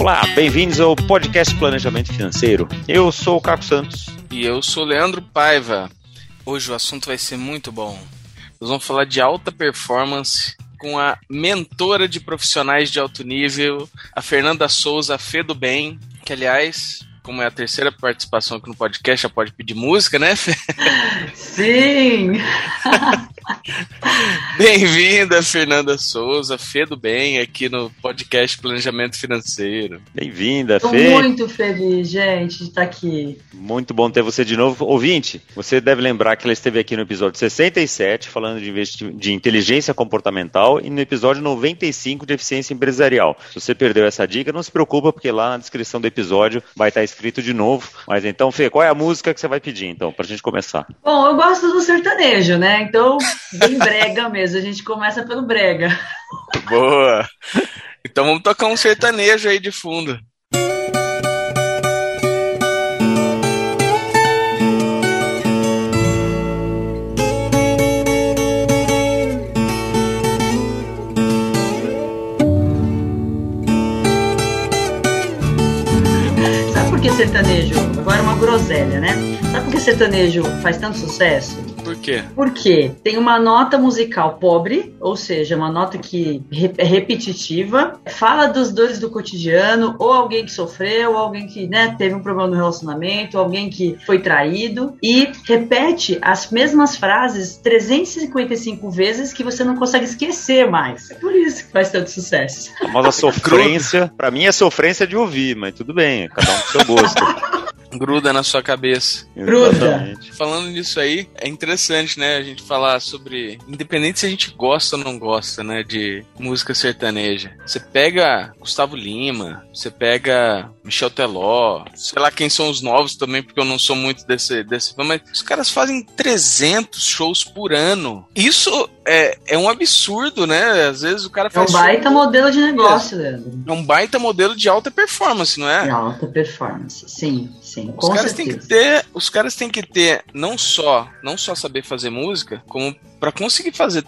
Olá, bem-vindos ao podcast Planejamento Financeiro. Eu sou o Caco Santos. E eu sou o Leandro Paiva. Hoje o assunto vai ser muito bom. Nós vamos falar de alta performance com a mentora de profissionais de alto nível, a Fernanda Souza, a Fê do Bem, que aliás, como é a terceira participação aqui no podcast, já pode pedir música, né, Fê? Sim! Bem-vinda, Fernanda Souza, Fê do Bem, aqui no podcast Planejamento Financeiro. Bem-vinda, Fê. Estou muito feliz, gente, de estar aqui. Muito bom ter você de novo. Ouvinte, você deve lembrar que ela esteve aqui no episódio 67, falando de inteligência comportamental, e no episódio 95 de eficiência empresarial. Se você perdeu essa dica, não se preocupa, porque lá na descrição do episódio vai estar escrito de novo. Mas então, Fê, qual é a música que você vai pedir, então, pra gente começar? Bom, eu gosto do sertanejo, né? Então, bem brega mesmo. A gente começa pelo brega. Boa! Então vamos tocar um sertanejo aí de fundo. Sabe por que sertanejo? Agora é uma groselha, né? Sabe por que sertanejo faz tanto sucesso? Por quê? Porque tem uma nota musical pobre, ou seja, uma nota que é repetitiva, fala das dores do cotidiano, ou alguém que sofreu, ou alguém que, né, teve um problema no relacionamento, ou alguém que foi traído, e repete as mesmas frases 355 vezes que você não consegue esquecer mais. É por isso que faz tanto sucesso. A famosa sofrência, pra mim é sofrência de ouvir, mas tudo bem, cada um com seu gosto. Gruda na sua cabeça. Gruda. Falando nisso aí, é interessante, né, a gente falar sobre, independente se a gente gosta ou não gosta, né, de música sertaneja. Você pega Gustavo Lima, você pega Michel Teló, sei lá quem são os novos também, porque eu não sou muito desse mas os caras fazem 300 shows por ano. Isso é um absurdo, né? Às vezes o cara faz... É um baita modelo de negócio, Leandro. É um baita modelo de alta performance, não é? De alta performance, sim. Os caras têm que ter não só saber fazer música, como para conseguir fazer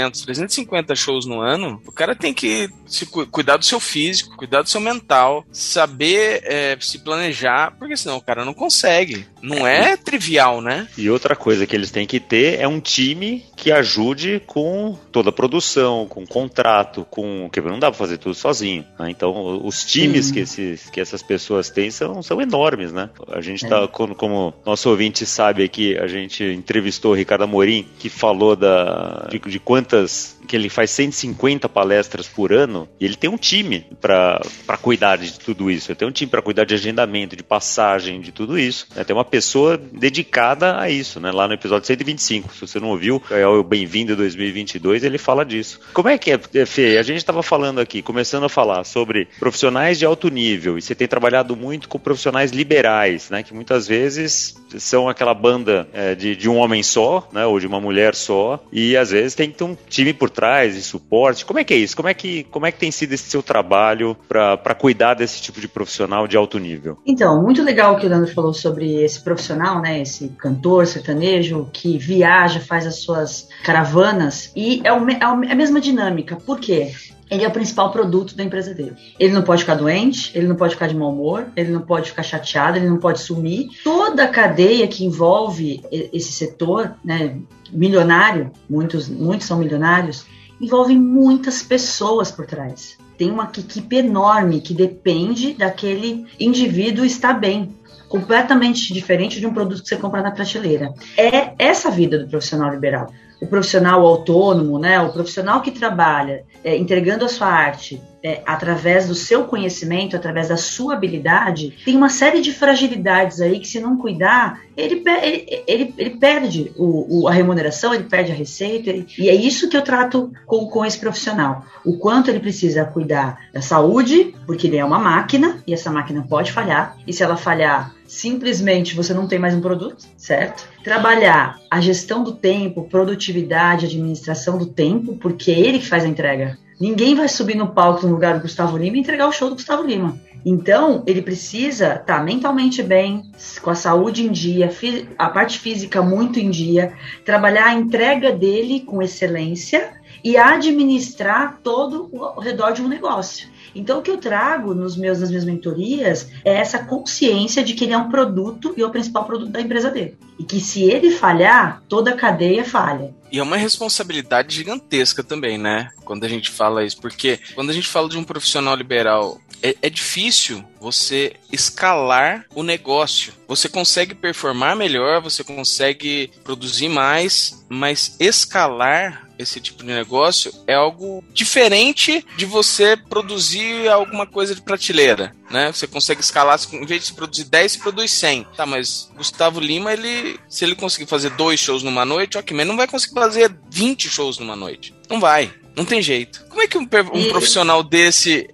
350 shows no ano, o cara tem que cuidar do seu físico, cuidar do seu mental, saber se planejar, porque senão o cara não consegue. Não é trivial, né? E outra coisa que eles têm que ter é um time que ajude com toda a produção, com contrato, porque não dá pra fazer tudo sozinho, né? Então, os times que essas pessoas têm são enormes, né? A gente tá, como nosso ouvinte sabe aqui, a gente entrevistou o Ricardo Amorim, que falou de quantas, que ele faz 150 palestras por ano, e ele tem um time para cuidar de tudo isso, ele tem um time para cuidar de agendamento, de passagem, de tudo isso, né? Tem uma pessoa dedicada a isso, né? Lá no episódio 125, se você não ouviu, é o Bem-vindo 2022, ele fala disso. Como é que é, Fê? A gente estava falando aqui, começando a falar sobre profissionais de alto nível, e você tem trabalhado muito com profissionais liberais, né? Que muitas vezes são aquela banda de um homem só, né? Ou de uma mulher só, e às vezes tem que ter um time por trás de suporte. Como é que é isso? Como é que tem sido esse seu trabalho para cuidar desse tipo de profissional de alto nível? Então, muito legal o que o Leandro falou sobre esse profissional, né? Esse cantor sertanejo que viaja, faz as suas caravanas, e é a mesma dinâmica. Por quê? Ele é o principal produto da empresa dele. Ele não pode ficar doente, ele não pode ficar de mau humor, ele não pode ficar chateado, ele não pode sumir. Toda a cadeia que envolve esse setor, né, milionário, muitos são milionários, envolve muitas pessoas por trás. Tem uma equipe enorme que depende daquele indivíduo estar bem. Completamente diferente de um produto que você compra na prateleira. É essa a vida do profissional liberal. O profissional autônomo, né? O profissional que trabalha entregando a sua arte através do seu conhecimento, através da sua habilidade, tem uma série de fragilidades aí que, se não cuidar, ele perde a remuneração, ele perde a receita, e é isso que eu trato com esse profissional. O quanto ele precisa cuidar da saúde, porque ele é uma máquina, e essa máquina pode falhar, e se ela falhar, simplesmente você não tem mais um produto, certo? Trabalhar a gestão do tempo, produtividade, administração do tempo, porque é ele que faz a entrega. Ninguém vai subir no palco no lugar do Gustavo Lima e entregar o show do Gustavo Lima. Então, ele precisa estar mentalmente bem, com a saúde em dia, a parte física muito em dia, trabalhar a entrega dele com excelência e administrar todo ao redor de um negócio. Então, o que eu trago nas minhas mentorias é essa consciência de que ele é um produto e é o principal produto da empresa dele. E que se ele falhar, toda a cadeia falha. E é uma responsabilidade gigantesca também, né? Quando a gente fala isso. Porque quando a gente fala de um profissional liberal, é difícil você escalar o negócio. Você consegue performar melhor, você consegue produzir mais, mas escalar esse tipo de negócio é algo diferente de você produzir alguma coisa de prateleira, né? Você consegue escalar, em vez de produzir 10, você produz 100. Tá, mas Gustavo Lima, se ele conseguir fazer 2 shows numa noite, ok, mas não vai conseguir fazer 20 shows numa noite. Não vai. Não tem jeito. Como é que um profissional desse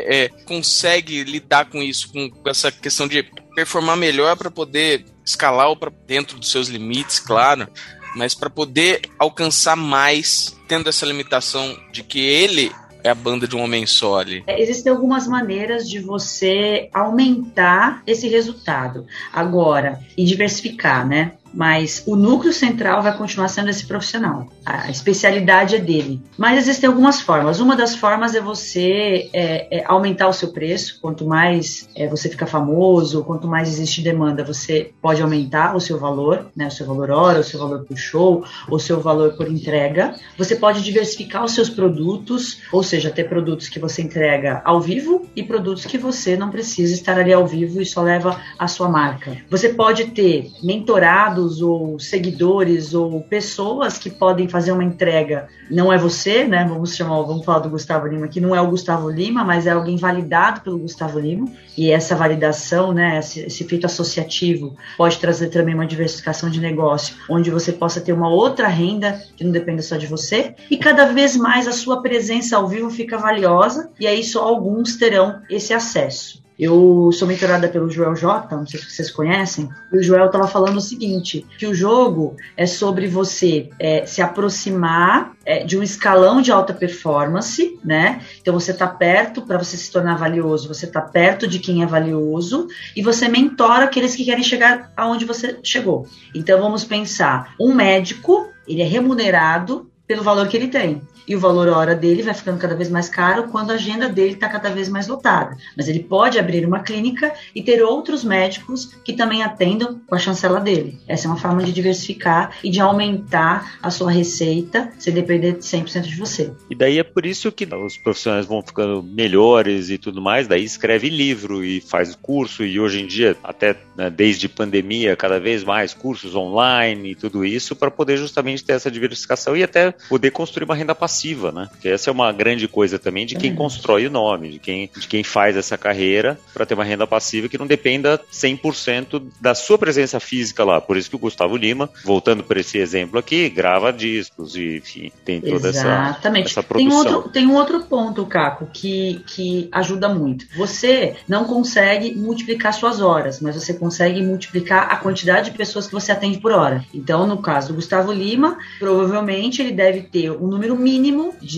consegue lidar com isso, com essa questão de performar melhor para poder escalar ou para dentro dos seus limites, claro, mas para poder alcançar mais, tendo essa limitação de que ele é a banda de um homem só ali? Existem algumas maneiras de você aumentar esse resultado. Agora, e diversificar, né? Mas o núcleo central vai continuar sendo esse profissional. A especialidade é dele. Mas existem algumas formas. Uma das formas é você aumentar o seu preço. Quanto mais você fica famoso, quanto mais existe demanda, você pode aumentar o seu valor, né? O seu valor hora, o seu valor por show, o seu valor por entrega. Você pode diversificar os seus produtos, ou seja, ter produtos que você entrega ao vivo e produtos que você não precisa estar ali ao vivo e só leva a sua marca. Você pode ter mentorados ou seguidores ou pessoas que podem fazer uma entrega. Não é você, né? Vamos falar do Gustavo Lima, que não é o Gustavo Lima, mas é alguém validado pelo Gustavo Lima. E essa validação, né, esse feito associativo pode trazer também uma diversificação de negócio, onde você possa ter uma outra renda que não dependa só de você. E cada vez mais a sua presença ao vivo fica valiosa e aí só alguns terão esse acesso. Eu sou mentorada pelo Joel J, não sei se vocês conhecem, e o Joel estava falando o seguinte, que o jogo é sobre você se aproximar de um escalão de alta performance, né? Então você está perto, para você se tornar valioso, você está perto de quem é valioso e você mentora aqueles que querem chegar aonde você chegou. Então vamos pensar, um médico, ele é remunerado pelo valor que ele tem. E o valor hora dele vai ficando cada vez mais caro quando a agenda dele está cada vez mais lotada. Mas ele pode abrir uma clínica e ter outros médicos que também atendam com a chancela dele. Essa é uma forma de diversificar e de aumentar a sua receita sem depender 100% de você. E daí é por isso que os profissionais vão ficando melhores e tudo mais, daí escreve livro e faz curso, e hoje em dia, até desde pandemia, cada vez mais cursos online e tudo isso, para poder justamente ter essa diversificação e até poder construir uma renda passiva, né? Porque essa é uma grande coisa também de quem constrói o nome, de quem faz essa carreira para ter uma renda passiva que não dependa 100% da sua presença física lá. Por isso que o Gustavo Lima, voltando para esse exemplo aqui, grava discos e, enfim, tem toda essa produção. Tem um outro ponto, Caco, que ajuda muito. Você não consegue multiplicar suas horas, mas você consegue multiplicar a quantidade de pessoas que você atende por hora. Então, no caso do Gustavo Lima, provavelmente ele deve ter um número mínimo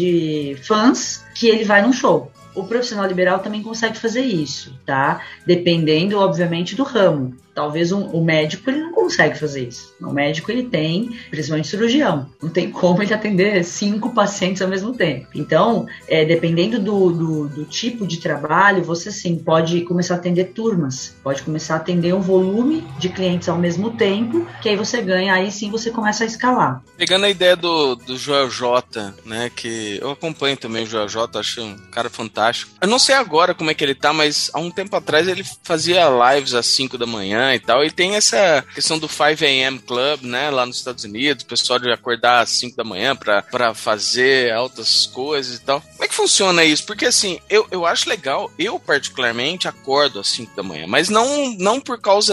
de fãs que ele vai num show. O profissional liberal também consegue fazer isso, tá? Dependendo, obviamente, do ramo. Talvez o médico ele não consegue fazer isso. O médico ele tem, principalmente cirurgião, não tem como ele atender 5 pacientes ao mesmo tempo. Então, dependendo do tipo de trabalho, você sim pode começar a atender turmas, pode começar a atender um volume de clientes ao mesmo tempo, que aí você ganha, aí sim você começa a escalar. Pegando a ideia do Joel J, né, que eu acompanho também o Joel J, acho um cara fantástico. Eu não sei agora como é que ele tá, mas há um tempo atrás ele fazia lives às 5 da manhã e tal, e tem essa questão do 5 a.m. Club, né, lá nos Estados Unidos, o pessoal de acordar às 5 da manhã pra fazer altas coisas e tal. Como é que funciona isso? Porque assim, eu acho legal, eu particularmente acordo às 5 da manhã, mas não por causa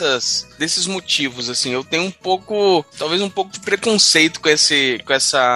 desses motivos, assim, eu tenho talvez um pouco de preconceito com essa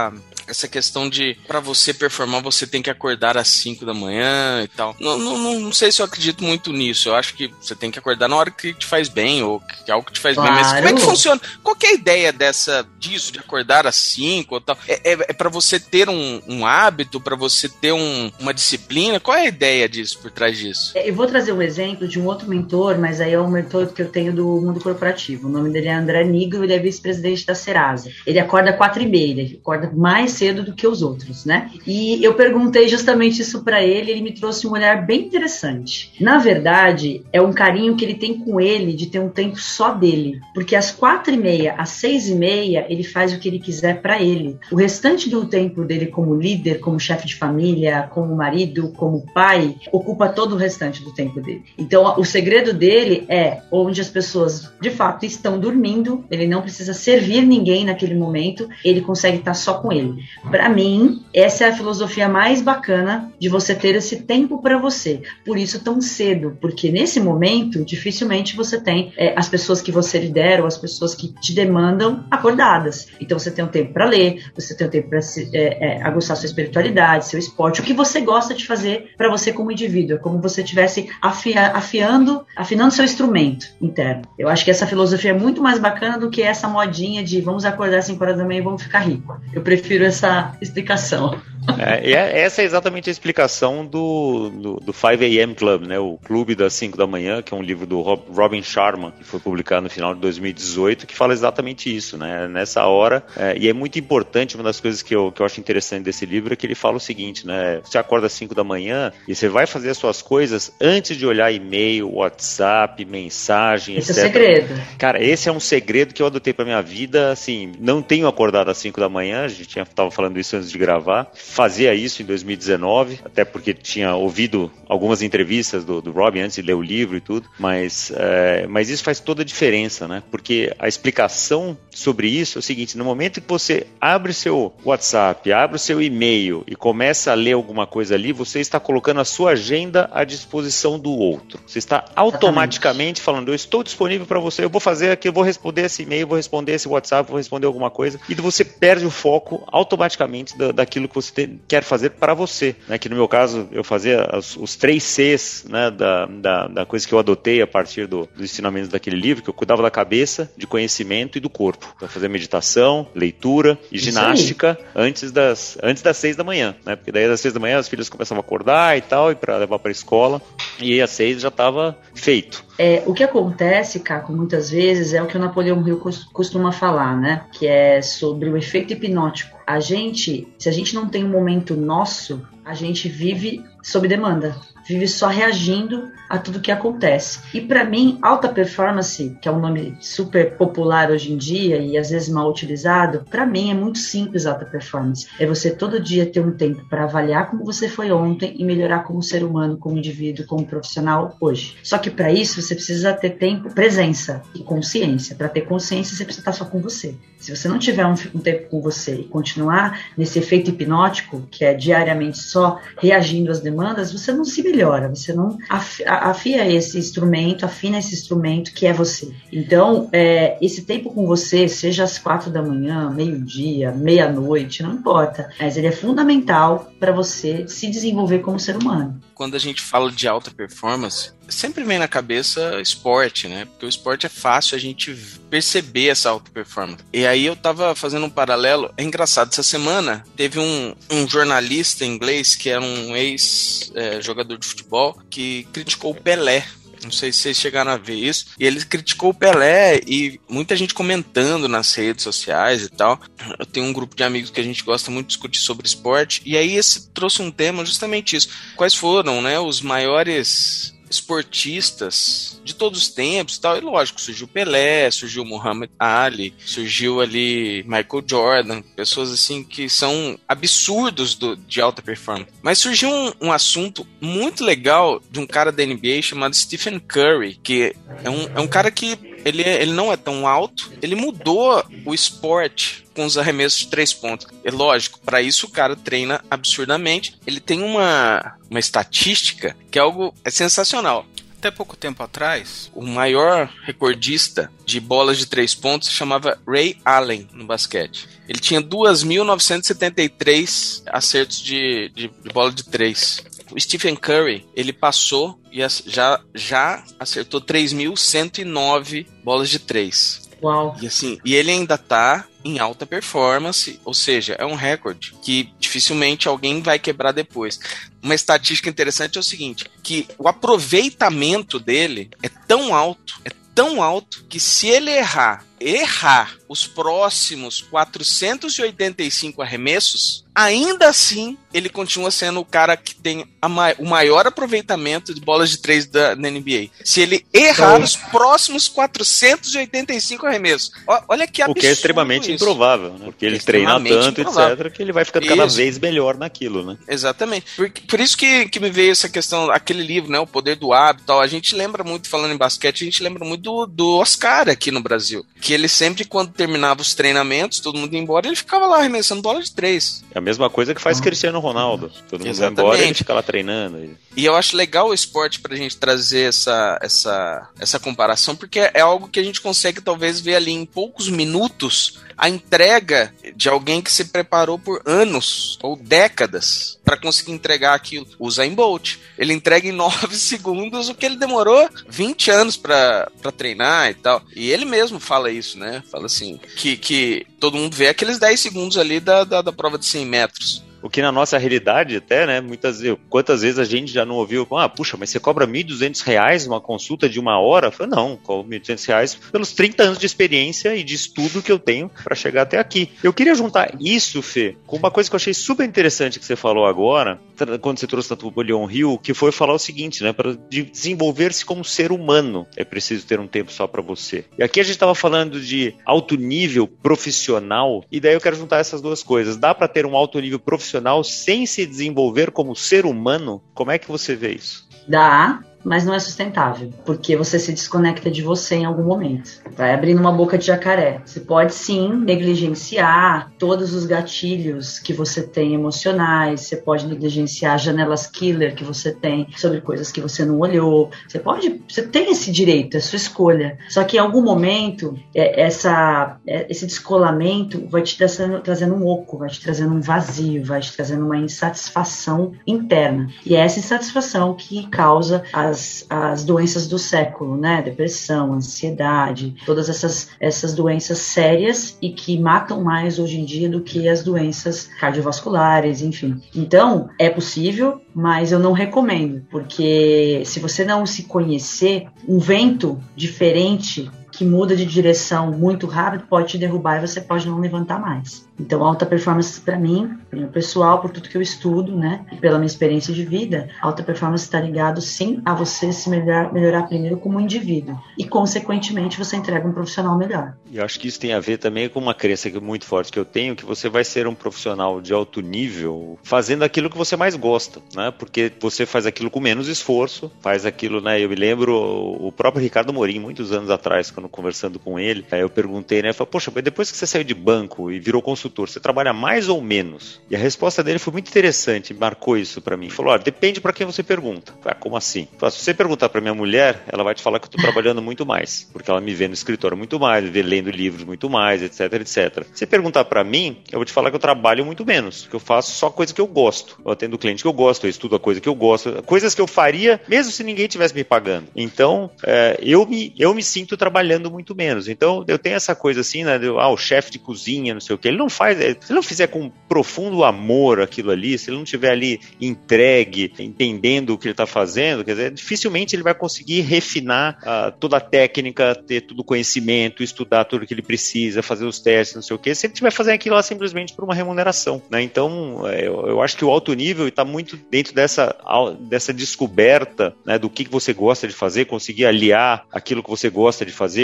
essa questão de, pra você performar, você tem que acordar às 5 da manhã e tal. Não sei se eu acredito muito nisso. Eu acho que você tem que acordar na hora que te faz bem, ou que é algo que te faz bem. Mas como é que funciona? Qual que é a ideia disso, de acordar às 5 ou tal? É pra você ter um hábito, pra você ter uma disciplina? Qual é a ideia disso, por trás disso? Eu vou trazer um exemplo de um outro mentor, mas aí é um mentor que eu tenho do mundo corporativo. O nome dele é André Nigro, ele é vice-presidente da Serasa. Ele acorda às 4h30, ele acorda mais cedo do que os outros, né? E eu perguntei justamente isso para ele, ele me trouxe um olhar bem interessante. Na verdade, é um carinho que ele tem com ele de ter um tempo só dele, porque às 4h30, às 6h30, ele faz o que ele quiser para ele. O restante do tempo dele como líder, como chefe de família, como marido, como pai, ocupa todo o restante do tempo dele. Então, o segredo dele é onde as pessoas, de fato, estão dormindo, ele não precisa servir ninguém naquele momento, ele consegue estar só com ele. Para mim, essa é a filosofia mais bacana de você ter esse tempo para você. Por isso, tão cedo, porque nesse momento, dificilmente você tem as pessoas que você lidera ou as pessoas que te demandam acordadas. Então, você tem um tempo para ler, você tem um tempo para aguçar sua espiritualidade, seu esporte, o que você gosta de fazer para você como indivíduo, é como você estivesse afinando seu instrumento interno. Eu acho que essa filosofia é muito mais bacana do que essa modinha de vamos acordar às 5 horas da manhã e vamos ficar rico. Eu prefiro essa explicação. Essa é exatamente a explicação do 5 AM Club, né? O Clube das 5 da manhã, que é um livro do Robin Sharma, que foi publicado no final de 2018, que fala exatamente isso, né? Nessa hora, e é muito importante, uma das coisas que eu acho interessante desse livro é que ele fala o seguinte, né? Você acorda às 5 da manhã e você vai fazer as suas coisas antes de olhar e-mail, WhatsApp, mensagem, esse etc. É o segredo. Cara, esse é um segredo que eu adotei pra minha vida, assim, não tenho acordado às 5 da manhã, a gente estava falando isso antes de gravar, fazia isso em 2019, até porque tinha ouvido algumas entrevistas do Robin antes de ler o livro e tudo, mas isso faz toda a diferença, né? Porque a explicação sobre isso é o seguinte, no momento que você abre seu WhatsApp, abre o seu e-mail e começa a ler alguma coisa ali, você está colocando a sua agenda à disposição do outro. Você está automaticamente falando, eu estou disponível para você, eu vou fazer aqui, eu vou responder esse e-mail, vou responder esse WhatsApp, vou responder alguma coisa, e você perde o foco automaticamente daquilo que você quer fazer para você, né? Que no meu caso eu fazia os 3 Cs, né? da coisa que eu adotei a partir dos ensinamentos daquele livro, que eu cuidava da cabeça, de conhecimento e do corpo. Então, fazer meditação, leitura e ginástica antes das 6 da manhã, né? Porque daí às 6 da manhã as filhas começavam a acordar e tal, e para levar para a escola, e às 6 já estava feito. O que acontece, Caco, muitas vezes é o que o Napoleão Hill costuma falar, né? Que é sobre o efeito hipnótico. Se a gente não tem um momento nosso, a gente vive sob demanda, vive só reagindo a tudo que acontece. E para mim, alta performance, que é um nome super popular hoje em dia e às vezes mal utilizado, para mim é muito simples alta performance. É você todo dia ter um tempo para avaliar como você foi ontem e melhorar como ser humano, como indivíduo, como profissional hoje. Só que para isso você precisa ter tempo, presença e consciência. Para ter consciência você precisa estar só com você. Se você não tiver um tempo com você e continuar nesse efeito hipnótico, que é diariamente só reagindo às demandas, você não se melhora, você não afina esse instrumento que é você. Então, esse tempo com você, seja às 4 da manhã, meio-dia, meia-noite, não importa, mas ele é fundamental para você se desenvolver como ser humano. Quando a gente fala de alta performance, sempre vem na cabeça esporte, né? Porque o esporte é fácil a gente perceber essa alta performance. E aí eu tava fazendo um paralelo, é engraçado, essa semana teve um jornalista inglês que era um ex-jogador de futebol que criticou o Pelé. Não sei se vocês chegaram a ver isso. E ele criticou o Pelé e muita gente comentando nas redes sociais e tal. Eu tenho um grupo de amigos que a gente gosta muito de discutir sobre esporte. E aí esse trouxe um tema justamente isso. Quais foram, né, os maiores esportistas de todos os tempos e tal, e lógico, surgiu Pelé, surgiu Muhammad Ali, surgiu ali Michael Jordan, pessoas assim que são absurdos de alta performance. Mas surgiu um assunto muito legal de um cara da NBA chamado Stephen Curry, que é um cara que ele não é tão alto, ele mudou o esporte com os arremessos de 3 pontos. É lógico, para isso o cara treina absurdamente. Ele tem uma estatística que é sensacional. até pouco tempo atrás, o maior recordista de bolas de 3 pontos se chamava Ray Allen no basquete. Ele tinha 2.973 acertos de bola de 3. O Stephen Curry, ele passou e já acertou 3.109 bolas de 3. Uau. E ele ainda tá em alta performance, ou seja, é um recorde que dificilmente alguém vai quebrar depois. Uma estatística interessante é o seguinte, que o aproveitamento dele é tão alto que se ele errar os próximos 485 arremessos, ainda assim ele continua sendo o cara que tem o maior aproveitamento de bolas de 3 da NBA. Se ele errar os próximos 485 arremessos. Olha que absurdo. O que é extremamente improvável, né? Porque ele treina tanto, etc., que ele vai ficando cada vez melhor naquilo, né? Exatamente. Por isso que me veio essa questão, aquele livro, né? O Poder do Hábito e tal. A gente lembra muito, falando em basquete, a gente lembra muito do Oscar aqui no Brasil. Que ele sempre, quando terminava os treinamentos, todo mundo ia embora, ele ficava lá arremessando bola de 3. É a mesma coisa que faz Cristiano Ronaldo. Todo mundo vai embora e ele fica lá treinando. E eu acho legal o esporte pra gente trazer essa comparação, porque é algo que a gente consegue talvez ver ali em poucos minutos a entrega de alguém que se preparou por anos ou décadas para conseguir entregar aquilo. O Usain Bolt, ele entrega em 9 segundos o que ele demorou 20 anos para treinar e tal. E ele mesmo fala isso, né? Fala assim, que todo mundo vê aqueles 10 segundos ali da prova de 100 metros. O que na nossa realidade até, né, quantas vezes a gente já não ouviu, puxa, mas você cobra R$1.200 uma consulta de 1 hora? Eu falei, não, cobro R$1.200 pelos 30 anos de experiência e de estudo que eu tenho para chegar até aqui. Eu queria juntar isso, Fê, com uma coisa que eu achei super interessante que você falou agora, quando você trouxe Napoleon Hill, que foi falar o seguinte, né, para desenvolver-se como ser humano, é preciso ter um tempo só para você. E aqui a gente estava falando de alto nível profissional, e daí eu quero juntar essas duas coisas. Dá para ter um alto nível profissional sem se desenvolver como ser humano? Como é que você vê isso? Dá, mas não é sustentável, porque você se desconecta de você em algum momento. Vai abrindo uma boca de jacaré. Você pode sim negligenciar todos os gatilhos que você tem emocionais, você pode negligenciar janelas killer que você tem sobre coisas que você não olhou. Você tem esse direito, é sua escolha. Só que em algum momento, esse descolamento vai te trazendo um oco, vai te trazendo um vazio, vai te trazendo uma insatisfação interna. E é essa insatisfação que causa as doenças do século, né? Depressão, ansiedade, todas essas doenças sérias e que matam mais hoje em dia do que as doenças cardiovasculares, enfim. Então, é possível, mas eu não recomendo, porque se você não se conhecer, um vento diferente que muda de direção muito rápido pode te derrubar e você pode não levantar mais. Então, alta performance para mim, pessoal, por tudo que eu estudo, né, e pela minha experiência de vida, alta performance está ligado sim a você se melhorar primeiro como indivíduo e, consequentemente, você entrega um profissional melhor. E eu acho que isso tem a ver também com uma crença muito forte que eu tenho, que você vai ser um profissional de alto nível fazendo aquilo que você mais gosta, né, porque você faz aquilo com menos esforço, faz aquilo, né, eu me lembro o próprio Ricardo Morim, muitos anos atrás, quando conversando com ele, aí eu perguntei, né, eu falei, poxa, mas depois que você saiu de banco e virou consultor, você trabalha mais ou menos? E a resposta dele foi muito interessante, marcou isso pra mim. Ele falou, depende pra quem você pergunta. Eu falei, como assim? Eu falei, se você perguntar pra minha mulher, ela vai te falar que eu tô trabalhando muito mais, porque ela me vê no escritório muito mais, me vê lendo livros muito mais, etc, etc. Se você perguntar pra mim, eu vou te falar que eu trabalho muito menos, que eu faço só coisa que eu gosto. Eu atendo cliente que eu gosto, eu estudo a coisa que eu gosto, coisas que eu faria mesmo se ninguém tivesse me pagando. Então, eu me sinto trabalhando muito menos. Então, eu tenho essa coisa assim, né, o chefe de cozinha, não sei o que, ele não faz, se ele não fizer com profundo amor aquilo ali, se ele não tiver ali entregue, entendendo o que ele está fazendo, quer dizer, dificilmente ele vai conseguir refinar toda a técnica, ter todo o conhecimento, estudar tudo o que ele precisa, fazer os testes, não sei o que, se ele estiver fazendo aquilo lá simplesmente por uma remuneração, né? Então, eu acho que o alto nível está muito dentro dessa descoberta, né, do que você gosta de fazer, conseguir aliar aquilo que você gosta de fazer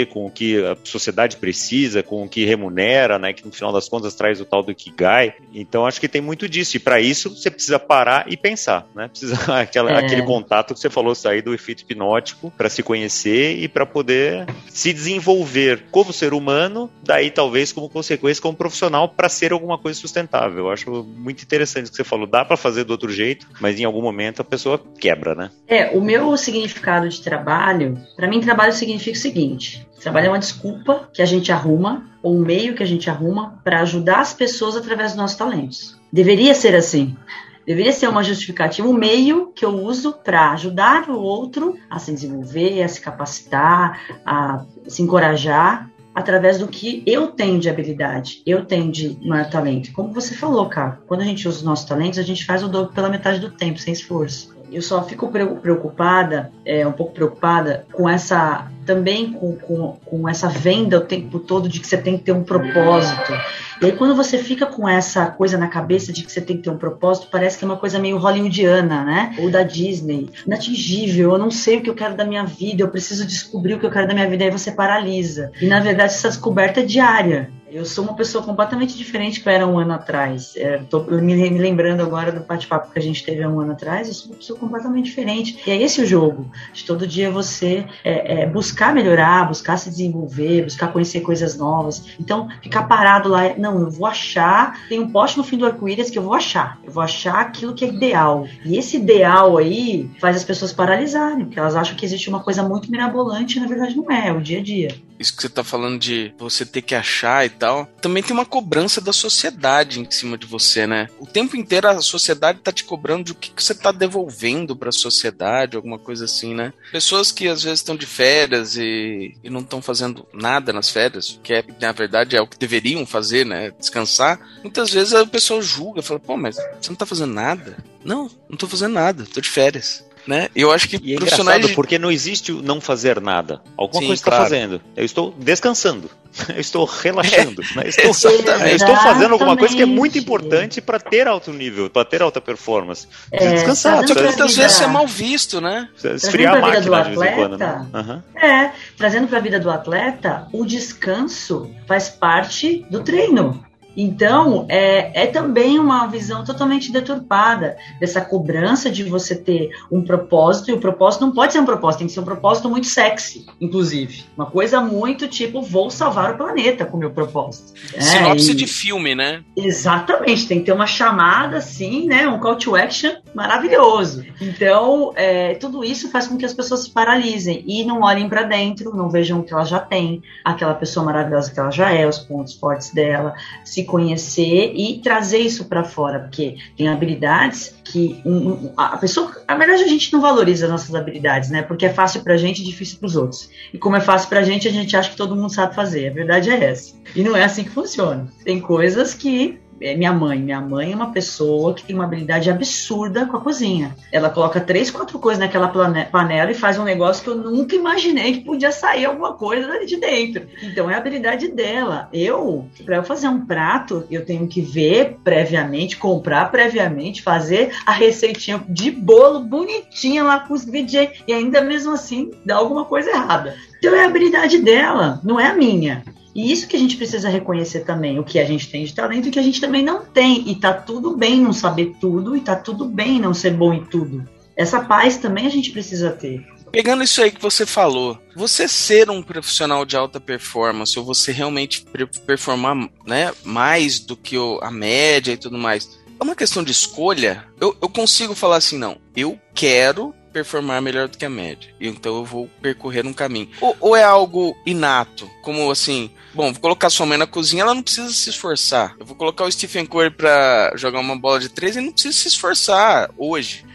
ver com o que a sociedade precisa, com o que remunera, né, que no final das contas traz o tal do Ikigai. Então acho que tem muito disso, e para isso você precisa parar e pensar, né? Precisa aquele contato que você falou, sair do efeito hipnótico para se conhecer e para poder se desenvolver como ser humano, daí talvez como consequência como profissional, para ser alguma coisa sustentável. Eu acho muito interessante o que você falou, dá para fazer do outro jeito, mas em algum momento a pessoa quebra, né? O meu significado de trabalho, para mim trabalho significa o seguinte: trabalho é uma desculpa que a gente arruma, ou um meio que a gente arruma para ajudar as pessoas através dos nossos talentos. Deveria ser assim. Deveria ser uma justificativa, um meio que eu uso para ajudar o outro a se desenvolver, a se capacitar, a se encorajar através do que eu tenho de habilidade, eu tenho de maior talento. Como você falou, cara, quando a gente usa os nossos talentos, a gente faz o dobro pela metade do tempo, sem esforço. Eu só fico preocupada, um pouco preocupada com essa, também com essa venda o tempo todo de que você tem que ter um propósito. E aí quando você fica com essa coisa na cabeça de que você tem que ter um propósito, parece que é uma coisa meio hollywoodiana, né? Ou da Disney. Inatingível, eu não sei o que eu quero da minha vida, eu preciso descobrir o que eu quero da minha vida, aí você paralisa. E na verdade essa descoberta é diária. Eu sou uma pessoa completamente diferente que eu era um ano atrás. Estou me lembrando agora do bate-papo que a gente teve há um ano atrás. Eu sou uma pessoa completamente diferente. E é esse o jogo. De todo dia você buscar melhorar, buscar se desenvolver, buscar conhecer coisas novas. Então, ficar parado lá, não, eu vou achar, tem um poste no fim do arco-íris que eu vou achar. Eu vou achar aquilo que é ideal. E esse ideal aí faz as pessoas paralisarem, porque elas acham que existe uma coisa muito mirabolante e na verdade não é o dia a dia. Isso que você tá falando de você ter que achar e tal, também tem uma cobrança da sociedade em cima de você, né? O tempo inteiro a sociedade tá te cobrando de o que você tá devolvendo pra sociedade, alguma coisa assim, né? Pessoas que às vezes estão de férias e não estão fazendo nada nas férias, que na verdade é o que deveriam fazer, né? Descansar. Muitas vezes a pessoa julga, fala, pô, mas você não tá fazendo nada? Não tô fazendo nada, tô de férias. Né? Eu acho que e é engraçado porque não existe o não fazer nada. Alguma coisa está fazendo. Eu estou descansando. Eu estou relaxando. Né? Eu estou fazendo alguma coisa que é muito importante para ter alto nível, para ter alta performance. Descansar. Só que muitas vezes é mal visto, né? Esfriar a máquina de vez em quando. Né? Trazendo para a vida do atleta, o descanso faz parte do treino. Então, é também uma visão totalmente deturpada dessa cobrança de você ter um propósito, e o propósito não pode ser um propósito, tem que ser um propósito muito sexy, inclusive. Uma coisa muito tipo, vou salvar o planeta com o meu propósito. Sinopse de filme, né? Exatamente, tem que ter uma chamada assim, né? Um call to action maravilhoso. Então, tudo isso faz com que as pessoas se paralisem e não olhem para dentro, não vejam o que ela já tem, aquela pessoa maravilhosa que ela já é, os pontos fortes dela, se conhecer e trazer isso para fora, porque tem habilidades que a pessoa, na verdade a gente não valoriza as nossas habilidades, né, porque é fácil pra gente e difícil pros outros, e como é fácil pra gente, a gente acha que todo mundo sabe fazer, a verdade é essa, e não é assim que funciona, tem coisas que minha mãe é uma pessoa que tem uma habilidade absurda com a cozinha. Ela coloca 3, 4 coisas naquela panela e faz um negócio que eu nunca imaginei que podia sair alguma coisa dali de dentro. Então é a habilidade dela. Para eu fazer um prato, eu tenho que ver previamente, comprar previamente, fazer a receitinha de bolo bonitinha lá com os ingredientes e ainda mesmo assim dá alguma coisa errada. Então é a habilidade dela, não é a minha. E isso que a gente precisa reconhecer também, o que a gente tem de talento e o que a gente também não tem. E tá tudo bem não saber tudo, e tá tudo bem não ser bom em tudo. Essa paz também a gente precisa ter. Pegando isso aí que você falou, você ser um profissional de alta performance, ou você realmente performar, né, mais do que a média e tudo mais, é uma questão de escolha? Eu consigo falar assim, não, eu quero performar melhor do que a média, então eu vou percorrer um caminho. Ou é algo inato, como assim, bom, vou colocar sua mãe na cozinha, ela não precisa se esforçar. Eu vou colocar o Stephen Curry pra jogar uma bola de 3, ele não precisa se esforçar hoje.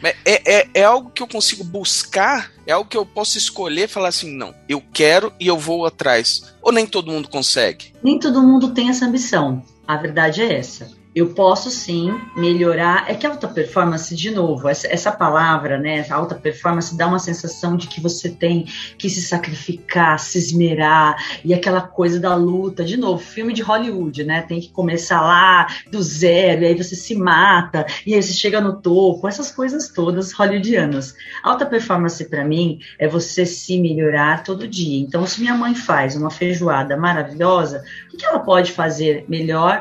É algo que eu consigo buscar, é algo que eu posso escolher e falar assim, não, eu quero e eu vou atrás. Ou nem todo mundo consegue? Nem todo mundo tem essa ambição, a verdade é essa. Eu posso sim melhorar. É que a alta performance, de novo, essa palavra, né? A alta performance dá uma sensação de que você tem que se sacrificar, se esmerar, e aquela coisa da luta. De novo, filme de Hollywood, né? Tem que começar lá do zero, e aí você se mata, e aí você chega no topo, essas coisas todas hollywoodianas. Alta performance, para mim, é você se melhorar todo dia. Então, se minha mãe faz uma feijoada maravilhosa, o que ela pode fazer melhor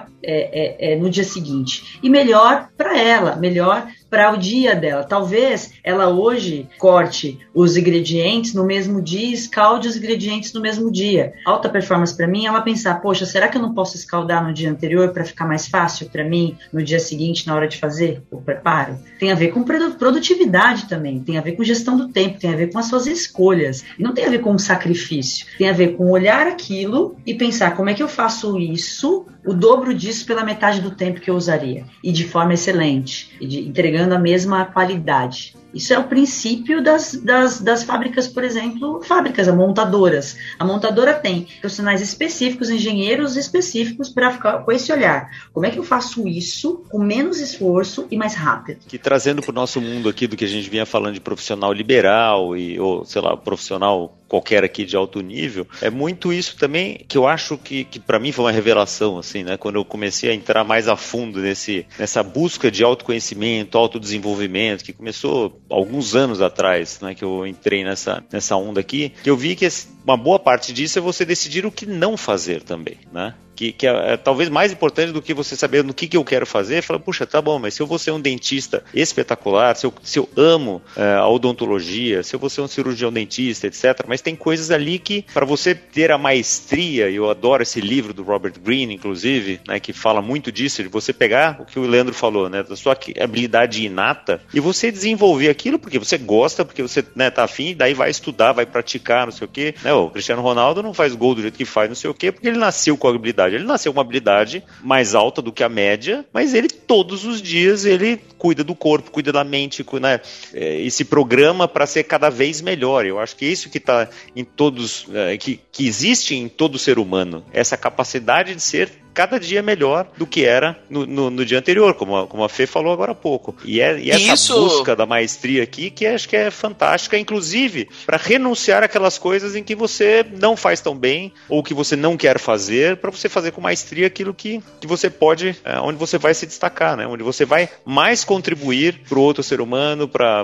no dia seguinte? E melhor para ela, melhor para o dia dela. Talvez ela hoje corte os ingredientes no mesmo dia e escalde os ingredientes no mesmo dia. Alta performance para mim é ela pensar, poxa, será que eu não posso escaldar no dia anterior para ficar mais fácil para mim no dia seguinte, na hora de fazer o preparo? Tem a ver com produtividade também, tem a ver com gestão do tempo, tem a ver com as suas escolhas. E não tem a ver com um sacrifício, tem a ver com olhar aquilo e pensar como é que eu faço isso, o dobro disso pela metade do tempo que eu usaria. E de forma excelente, entregando a mesma qualidade. Isso é o princípio das fábricas, por exemplo, fábricas, montadoras. A montadora tem profissionais específicos, engenheiros específicos para ficar com esse olhar. Como é que eu faço isso com menos esforço e mais rápido? Que trazendo para o nosso mundo aqui do que a gente vinha falando de profissional liberal ou, sei lá, profissional qualquer aqui de alto nível, é muito isso também que eu acho que para mim foi uma revelação, assim, né? Quando eu comecei a entrar mais a fundo nessa busca de autoconhecimento, autodesenvolvimento, que começou alguns anos atrás, né? Que eu entrei nessa onda aqui, que eu vi que uma boa parte disso é você decidir o que não fazer também, né? Que é talvez mais importante do que você saber no que eu quero fazer. Fala, puxa, tá bom, mas se eu vou ser um dentista espetacular, se eu amo a odontologia, se eu vou ser um cirurgião dentista, etc. Mas tem coisas ali que, para você ter a maestria, eu adoro esse livro do Robert Greene, inclusive, né, que fala muito disso, de você pegar o que o Leandro falou, né, da sua habilidade inata, e você desenvolver aquilo porque você gosta, porque você, né, tá afim, daí vai estudar, vai praticar, não sei o quê. Né, o Cristiano Ronaldo não faz gol do jeito que faz, não sei o quê, porque ele nasceu com a habilidade. Ele nasceu com uma habilidade mais alta do que a média, mas ele todos os dias ele cuida do corpo, cuida da mente, né, e se programa para ser cada vez melhor. Eu acho que é isso que está em todos, que existe em todo ser humano, essa capacidade de ser cada dia melhor do que era no dia anterior, como a Fê falou agora há pouco. E essa busca da maestria aqui, que acho que é fantástica, inclusive, para renunciar àquelas coisas em que você não faz tão bem, ou que você não quer fazer, para você fazer com maestria aquilo que você pode, onde você vai se destacar, né? Onde você vai mais contribuir para o outro ser humano, para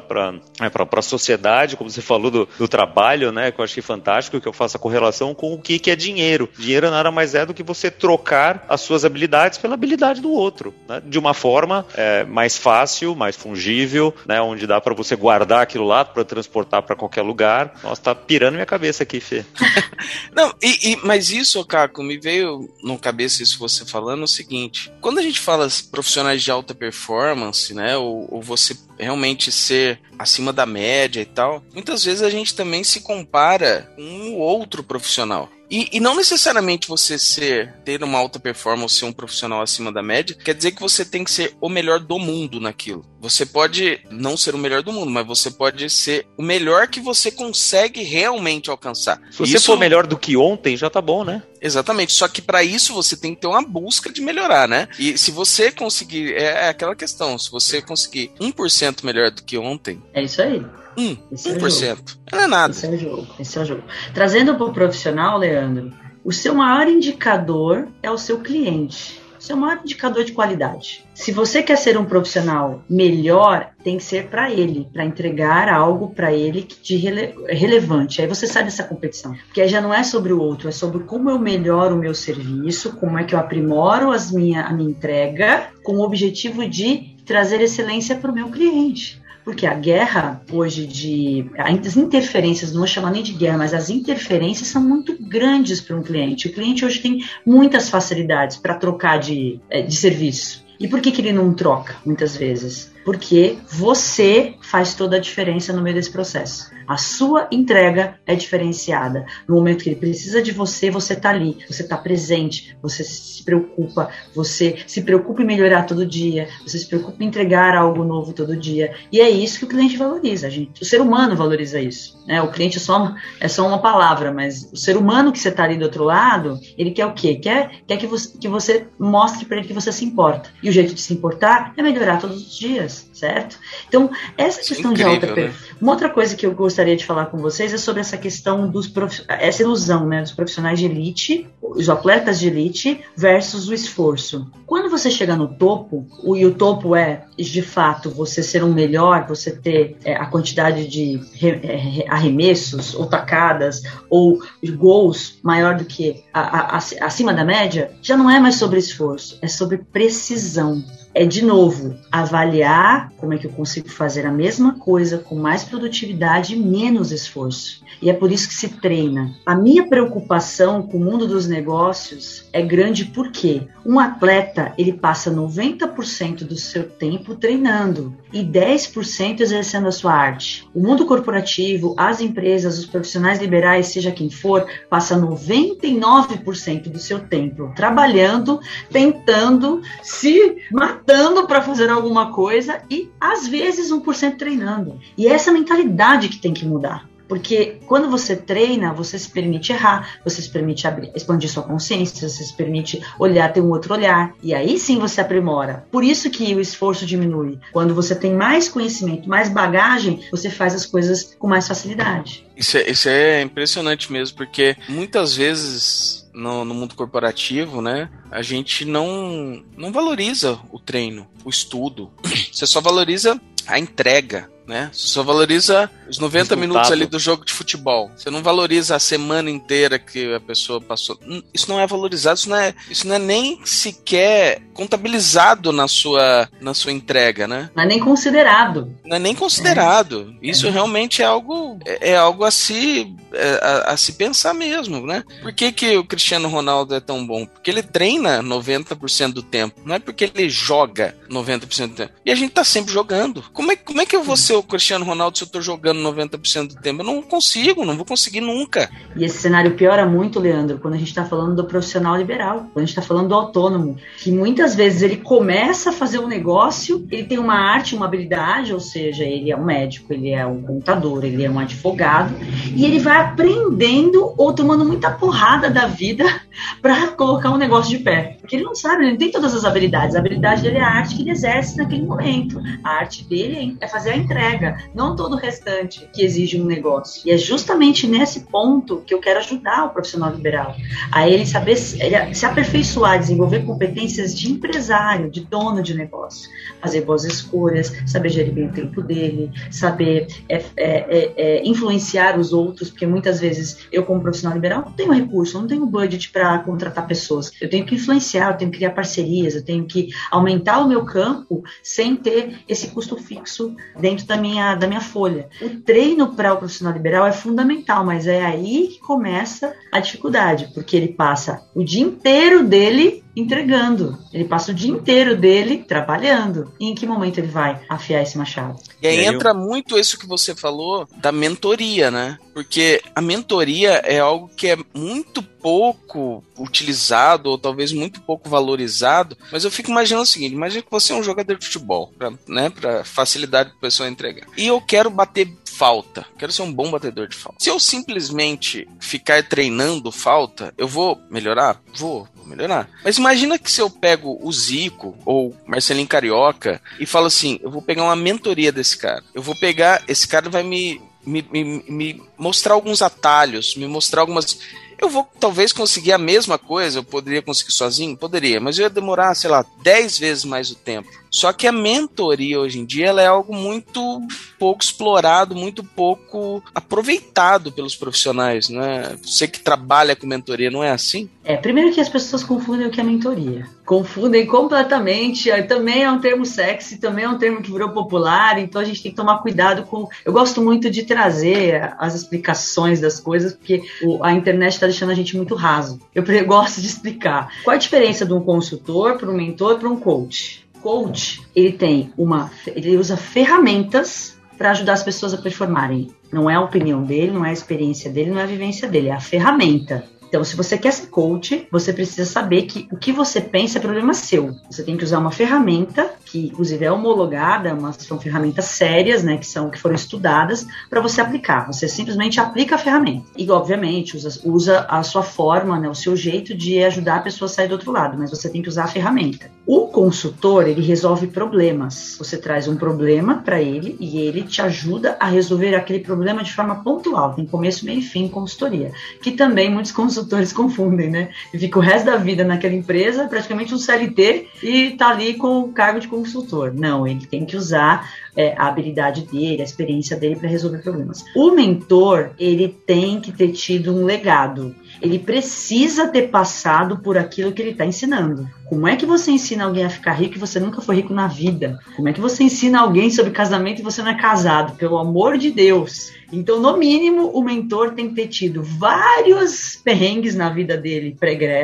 a sociedade, como você falou do trabalho, né? Que eu achei fantástico, que eu faço a correlação com o que é dinheiro. Dinheiro nada mais é do que você trocar as suas habilidades pela habilidade do outro, né? De uma forma mais fácil, mais fungível, né? Onde dá para você guardar aquilo lá para transportar para qualquer lugar. Nossa, tá pirando minha cabeça aqui, Fê. Não, mas isso, Caco, me veio na cabeça isso você falando o seguinte: quando a gente fala profissionais de alta performance, né, ou você realmente ser acima da média e tal, muitas vezes a gente também se compara com um outro profissional. E não necessariamente você ter uma alta performance ou ser um profissional acima da média, quer dizer que você tem que ser o melhor do mundo naquilo. Você pode não ser o melhor do mundo, mas você pode ser o melhor que você consegue realmente alcançar. Se você for melhor do que ontem, já tá bom, né? Exatamente, só que para isso você tem que ter uma busca de melhorar, né? E se você conseguir, é aquela questão, se você conseguir 1% melhor do que ontem... É isso aí. 1%. Não é nada. Esse é o jogo. Trazendo para o profissional, Leandro, o seu maior indicador é o seu cliente. O seu maior indicador de qualidade. Se você quer ser um profissional melhor, tem que ser para ele, para entregar algo para ele de relevante. Aí você sai dessa competição. Porque aí já não é sobre o outro, é sobre como eu melhoro o meu serviço, como é que eu aprimoro a minha entrega, com o objetivo de trazer excelência para o meu cliente. Porque a guerra hoje as interferências, não vou chamar nem de guerra, mas as interferências são muito grandes para um cliente. O cliente hoje tem muitas facilidades para trocar de serviço. E por que ele não troca, muitas vezes? Porque você faz toda a diferença no meio desse processo. A sua entrega é diferenciada. No momento que ele precisa de você, você está ali, você está presente, você se preocupa em melhorar todo dia, você se preocupa em entregar algo novo todo dia. E é isso que o cliente valoriza. O ser humano valoriza isso. Né? O cliente é só uma palavra, mas o ser humano que você está ali do outro lado, ele quer o quê? Quer que você mostre para ele que você se importa. E o jeito de se importar é melhorar todos os dias, certo? Então, essa questão de alta... Né? Uma outra coisa que eu gostaria de falar com vocês é sobre essa questão essa ilusão, né, dos profissionais de elite, os atletas de elite versus o esforço. Quando você chega no topo, e o topo é, de fato, você ser um melhor, você ter a quantidade de arremessos, ou tacadas, ou gols maior do que acima da média, já não é mais sobre esforço, é sobre precisão. É, de novo, avaliar como é que eu consigo fazer a mesma coisa com mais produtividade e menos esforço. E é por isso que se treina. A minha preocupação com o mundo dos negócios é grande porque um atleta, ele passa 90% do seu tempo treinando e 10% exercendo a sua arte. O mundo corporativo, as empresas, os profissionais liberais, seja quem for, passa 99% do seu tempo trabalhando, tentando, se matando para fazer alguma coisa e, às vezes, 1% treinando. E é essa mentalidade que tem que mudar. Porque quando você treina, você se permite errar, você se permite expandir sua consciência, você se permite ter um outro olhar. E aí sim você aprimora. Por isso que o esforço diminui. Quando você tem mais conhecimento, mais bagagem, você faz as coisas com mais facilidade. Isso é impressionante mesmo, porque muitas vezes no mundo corporativo, né, a gente não valoriza o treino, o estudo. Você só valoriza a entrega, né? Você só valoriza os 90 minutos ali do jogo de futebol. Você não valoriza a semana inteira que a pessoa passou. Isso não é valorizado, isso não é nem sequer contabilizado na sua entrega, né? Não é nem considerado. Não é nem considerado. Isso realmente é algo a se pensar mesmo, né? Por que o Cristiano Ronaldo é tão bom? Porque ele treina 90% do tempo. Não é porque ele joga 90% do tempo. E a gente tá sempre jogando. Como é que eu vou ser o Cristiano Ronaldo se eu tô jogando 90% do tempo? Eu não vou conseguir nunca. E esse cenário piora muito, Leandro, quando a gente tá falando do profissional liberal, quando a gente tá falando do autônomo, que muitas vezes ele começa a fazer um negócio, ele tem uma arte, uma habilidade, ou seja, ele é um médico, ele é um contador, ele é um advogado, e ele vai aprendendo ou tomando muita porrada da vida para colocar um negócio de pé. Porque ele não sabe, ele não tem todas as habilidades. A habilidade dele é a arte que ele exerce naquele momento. A arte dele é fazer a entrega, não todo o restante que exige um negócio. E é justamente nesse ponto que eu quero ajudar o profissional liberal. A ele saber se aperfeiçoar, desenvolver competências de empresário, de dono de negócio. Fazer boas escolhas, saber gerir bem o tempo dele, saber influenciar os outros, porque muitas vezes eu, como profissional liberal, não tenho recurso, não tenho budget para contratar pessoas. Eu tenho que influenciar, eu tenho que criar parcerias, eu tenho que aumentar o meu campo sem ter esse custo fixo dentro da minha folha. O treino para o profissional liberal é fundamental, mas é aí que começa a dificuldade, porque ele passa o dia inteiro dele entregando. Ele passa o dia inteiro dele trabalhando. E em que momento ele vai afiar esse machado? E aí entra muito isso que você falou da mentoria, né? Porque a mentoria é algo que é muito pouco utilizado ou talvez muito pouco valorizado, mas eu fico imaginando o seguinte: imagina que você é um jogador de futebol, para facilidade para a pessoa entregar. E eu quero bater falta, quero ser um bom batedor de falta. Se eu simplesmente ficar treinando falta, eu vou melhorar? Vou melhorar. Mas imagina que se eu pego o Zico ou Marcelinho Carioca e falo assim, eu vou pegar uma mentoria desse cara. Eu vou pegar, esse cara vai me mostrar alguns atalhos, me mostrar algumas... Eu vou talvez conseguir a mesma coisa, eu poderia conseguir sozinho? Poderia, mas eu ia demorar, 10 vezes mais o tempo. Só que a mentoria hoje em dia ela é algo muito pouco explorado, muito pouco aproveitado pelos profissionais, né? Você que trabalha com mentoria, não é assim? Primeiro que as pessoas confundem o que é mentoria. Confundem completamente, também é um termo sexy, também é um termo que virou popular, então a gente tem que tomar cuidado com... Eu gosto muito de trazer as explicações das coisas, porque a internet está deixando a gente muito raso. Eu gosto de explicar. Qual a diferença de um consultor para um mentor para um coach? coach, ele usa ferramentas para ajudar as pessoas a performarem. Não é a opinião dele, não é a experiência dele, não é a vivência dele, é a ferramenta. Então, se você quer ser coach, você precisa saber que o que você pensa é problema seu. Você tem que usar uma ferramenta, que inclusive é homologada, são ferramentas sérias, né, que foram estudadas, para você aplicar. Você simplesmente aplica a ferramenta. E, obviamente, usa a sua forma, né, o seu jeito de ajudar a pessoa a sair do outro lado, mas você tem que usar a ferramenta. O consultor, ele resolve problemas. Você traz um problema para ele e ele te ajuda a resolver aquele problema de forma pontual. Tem começo, meio e fim, consultoria. Que também muitos consultores confundem, né? E fica o resto da vida naquela empresa, praticamente um CLT, e tá ali com o cargo de consultor. Não, ele tem que usar a habilidade dele, a experiência dele para resolver problemas. O mentor, ele tem que ter tido um legado. Ele precisa ter passado por aquilo que ele está ensinando. Como é que você ensina alguém a ficar rico e você nunca foi rico na vida? Como é que você ensina alguém sobre casamento e você não é casado? Pelo amor de Deus! Então, no mínimo, o mentor tem que ter tido vários perrengues na vida dele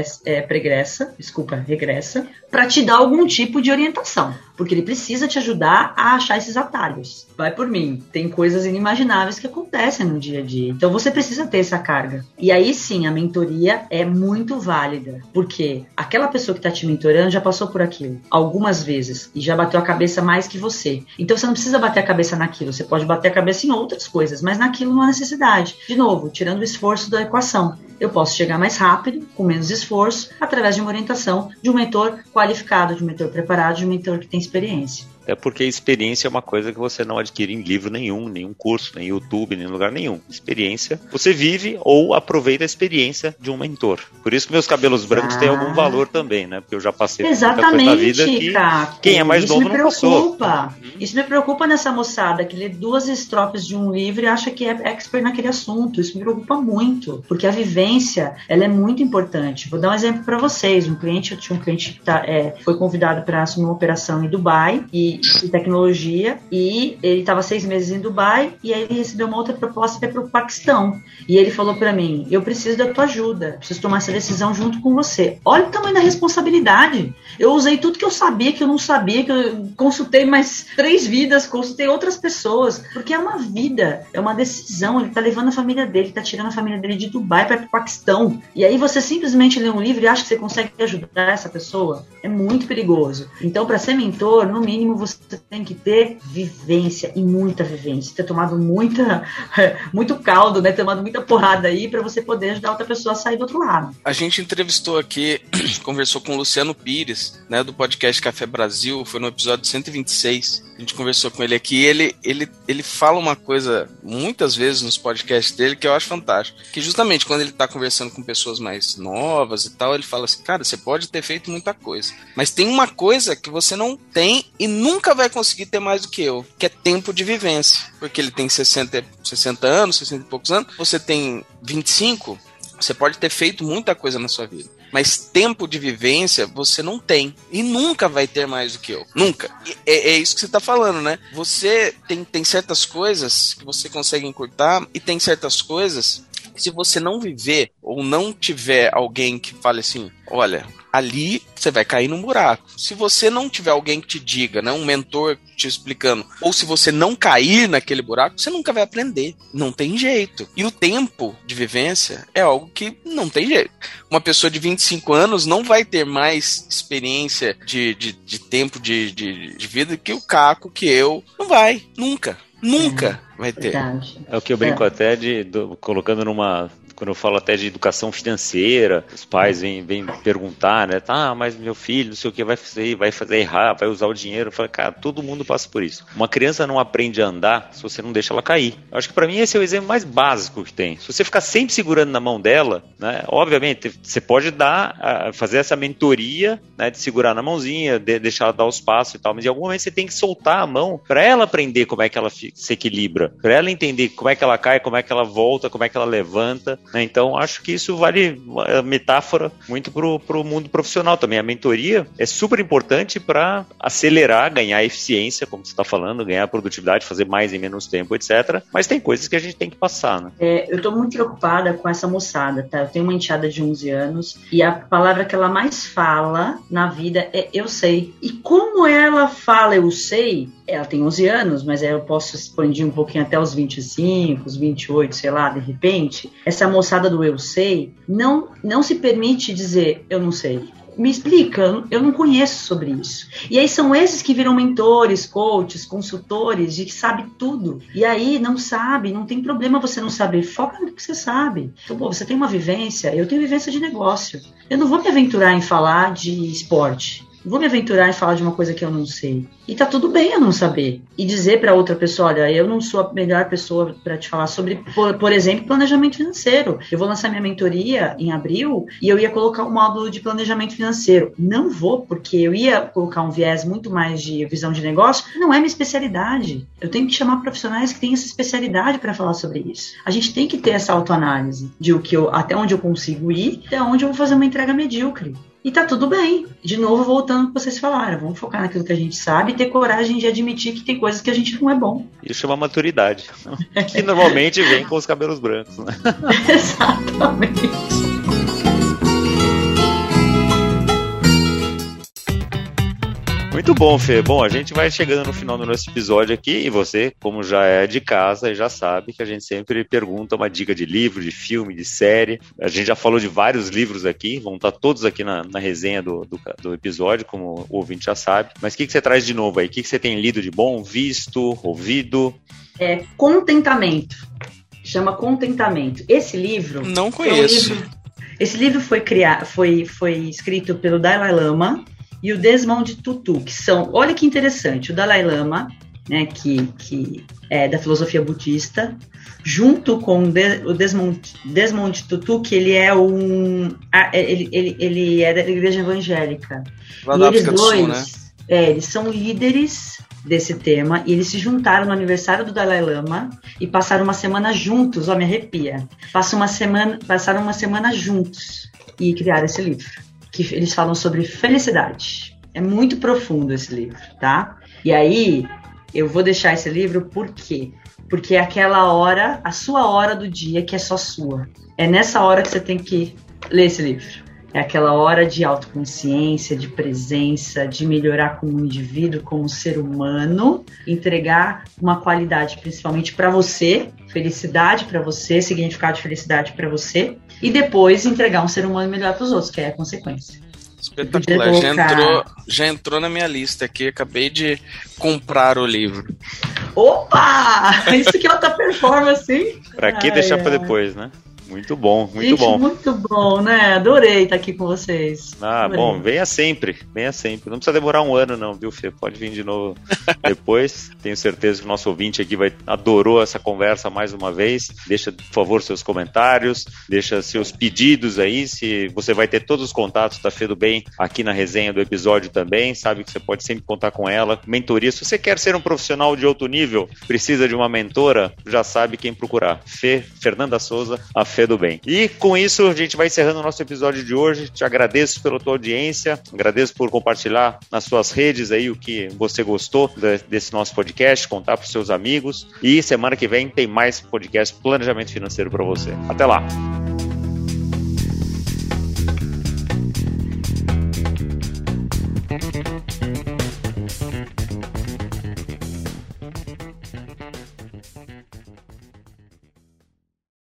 regressa, para te dar algum tipo de orientação. Porque ele precisa te ajudar a achar esses atalhos. Vai por mim. Tem coisas inimagináveis que acontecem no dia a dia. Então, você precisa ter essa carga. E aí, sim, a mentoria é muito válida. Porque aquela pessoa que está te mentorando já passou por aquilo algumas vezes e já bateu a cabeça mais que você. Então, você não precisa bater a cabeça naquilo. Você pode bater a cabeça em outras coisas, mas naquilo não há necessidade. De novo, tirando o esforço da equação. Eu posso chegar mais rápido, com menos esforço, através de uma orientação de um mentor qualificado, de um mentor preparado, de um mentor que tem experiência. É porque experiência é uma coisa que você não adquire em livro nenhum curso, nem YouTube, nem lugar nenhum. Experiência, você vive ou aproveita a experiência de um mentor. Por isso que meus cabelos brancos têm algum valor também, né? Porque eu já passei por muita coisa na vida que quem é mais novo não passou. Isso me preocupa nessa moçada que lê 2 estrofes de um livro e acha que é expert naquele assunto. Isso me preocupa muito, porque a vivência, ela é muito importante. Vou dar um exemplo para vocês. Eu tinha um cliente que foi convidado para assumir uma operação em Dubai de tecnologia, e ele estava 6 meses em Dubai, e aí ele recebeu uma outra proposta para o Paquistão, e ele falou para mim, eu preciso da tua ajuda, preciso tomar essa decisão junto com você. Olha o tamanho da responsabilidade. Eu usei tudo que eu sabia, que eu não sabia, que eu consultei mais 3 vidas, consultei outras pessoas, porque é uma vida, é uma decisão, ele está levando a família dele, está tirando a família dele de Dubai para o Paquistão, e aí você simplesmente lê um livro e acha que você consegue ajudar essa pessoa. É muito perigoso. Então, para ser mentor, no mínimo você tem que ter vivência, e muita vivência, ter tomado muito caldo, né? Ter tomado muita porrada aí para você poder ajudar outra pessoa a sair do outro lado. A gente entrevistou aqui, conversou com o Luciano Pires, né, do podcast Café Brasil, foi no episódio 126. A gente conversou com ele aqui, ele fala uma coisa muitas vezes nos podcasts dele que eu acho fantástico, que justamente quando ele tá conversando com pessoas mais novas e tal, ele fala assim, cara, você pode ter feito muita coisa, mas tem uma coisa que você não tem e nunca vai conseguir ter mais do que eu, que é tempo de vivência, porque ele tem 60 anos, 60 e poucos anos, você tem 25, você pode ter feito muita coisa na sua vida, mas tempo de vivência você não tem. E nunca vai ter mais do que eu. Nunca. É isso que você tá falando, né? Você tem certas coisas que você consegue encurtar e tem certas coisas que se você não viver ou não tiver alguém que fale assim, olha, ali você vai cair num buraco. Se você não tiver alguém que te diga, né, um mentor te explicando, ou se você não cair naquele buraco, você nunca vai aprender. Não tem jeito. E o tempo de vivência é algo que não tem jeito. Uma pessoa de 25 anos não vai ter mais experiência de tempo de vida que o Caco, que eu. Não vai. Nunca. Nunca vai ter. Verdade. É o que eu brinco até colocando quando eu falo até de educação financeira, os pais vêm perguntar, né? Mas meu filho, não sei o que vai fazer errar, vai usar o dinheiro. Eu falo, cara, todo mundo passa por isso. Uma criança não aprende a andar se você não deixa ela cair. Eu acho que pra mim esse é o exemplo mais básico que tem. Se você ficar sempre segurando na mão dela, né? Obviamente, você pode fazer essa mentoria, né? De segurar na mãozinha, deixar ela dar os passos e tal, mas em algum momento você tem que soltar a mão pra ela aprender como é que ela se equilibra, pra ela entender como é que ela cai, como é que ela volta, como é que ela levanta. né? Então, acho que isso vale metáfora muito pro mundo profissional também. A mentoria é super importante para acelerar, ganhar eficiência, como você está falando, ganhar produtividade, fazer mais em menos tempo, etc. Mas tem coisas que a gente tem que passar, né? Eu estou muito preocupada com essa moçada, tá? Eu tenho uma enteada de 11 anos e a palavra que ela mais fala na vida é eu sei. E como ela fala eu sei, ela tem 11 anos, mas aí eu posso expandir um pouquinho até os 25, os 28, sei lá, de repente. Essa moçada do eu sei não se permite dizer eu não sei. Me explica, eu não conheço sobre isso. E aí são esses que viram mentores, coaches, consultores, e que sabem tudo. E aí não sabe, não tem problema você não saber, foca no que você sabe. Então, você tem uma vivência, eu tenho vivência de negócio. Eu não vou me aventurar em falar de esporte. Não vou me aventurar em falar de uma coisa que eu não sei. E tá tudo bem eu não saber. E dizer para outra pessoa, olha, eu não sou a melhor pessoa para te falar sobre, por exemplo, planejamento financeiro. Eu vou lançar minha mentoria em abril e eu ia colocar um módulo de planejamento financeiro. Não vou, porque eu ia colocar um viés muito mais de visão de negócio. Não é minha especialidade. Eu tenho que chamar profissionais que têm essa especialidade para falar sobre isso. A gente tem que ter essa autoanálise de até onde eu consigo ir, até onde eu vou fazer uma entrega medíocre. E tá tudo bem. De novo, voltando ao que vocês falaram. Vamos focar naquilo que a gente sabe e ter coragem de admitir que tem coisas que a gente não é bom. Isso chama maturidade. Que normalmente vem com os cabelos brancos, né? Exatamente. Muito bom, Fê. Bom, a gente vai chegando no final do nosso episódio aqui e você, como já é de casa, já sabe que a gente sempre pergunta uma dica de livro, de filme, de série. A gente já falou de vários livros aqui, vão estar todos aqui na resenha do episódio, como o ouvinte já sabe. Mas o que você traz de novo aí? O que você tem lido de bom, visto, ouvido? Contentamento. Chama Contentamento. Esse livro... Não conheço. Esse livro foi escrito pelo Dalai Lama e o Desmond Tutu, que são... Olha que interessante, o Dalai Lama, né, que é da filosofia budista, junto com o Desmond Tutu, que ele é ele é da igreja evangélica. Lá da África do Sul, né? Eles são líderes desse tema e eles se juntaram no aniversário do Dalai Lama e passaram uma semana juntos, me arrepia. Passaram uma semana juntos e criaram esse livro, que eles falam sobre felicidade. É muito profundo esse livro, tá? E aí, eu vou deixar esse livro por quê? Porque é aquela hora, a sua hora do dia que é só sua. É nessa hora que você tem que ler esse livro. É aquela hora de autoconsciência, de presença, de melhorar como indivíduo, como ser humano, entregar uma qualidade principalmente para você, felicidade para você, significado de felicidade para você, e depois entregar um ser humano melhor para os outros, que é a consequência. Espetacular, já entrou na minha lista aqui, acabei de comprar o livro. Opa! Isso que é alta performance, hein? Pra que deixar pra depois, né? Muito bom, muito bom. Muito bom, né? Adorei estar aqui com vocês. Bom, venha sempre. Não precisa demorar um ano não, viu, Fê? Pode vir de novo depois. Tenho certeza que o nosso ouvinte aqui adorou essa conversa mais uma vez. Deixa, por favor, seus comentários, deixa seus pedidos aí, se você vai ter todos os contatos da Fê do Bem aqui na resenha do episódio também, sabe que você pode sempre contar com ela. Mentoria, se você quer ser um profissional de alto nível, precisa de uma mentora, já sabe quem procurar. Fernanda Souza, a Fê do Bem. E com isso, a gente vai encerrando o nosso episódio de hoje. Te agradeço pela tua audiência, agradeço por compartilhar nas suas redes aí o que você gostou desse nosso podcast, contar para os seus amigos. E semana que vem tem mais podcast Planejamento Financeiro para você. Até lá!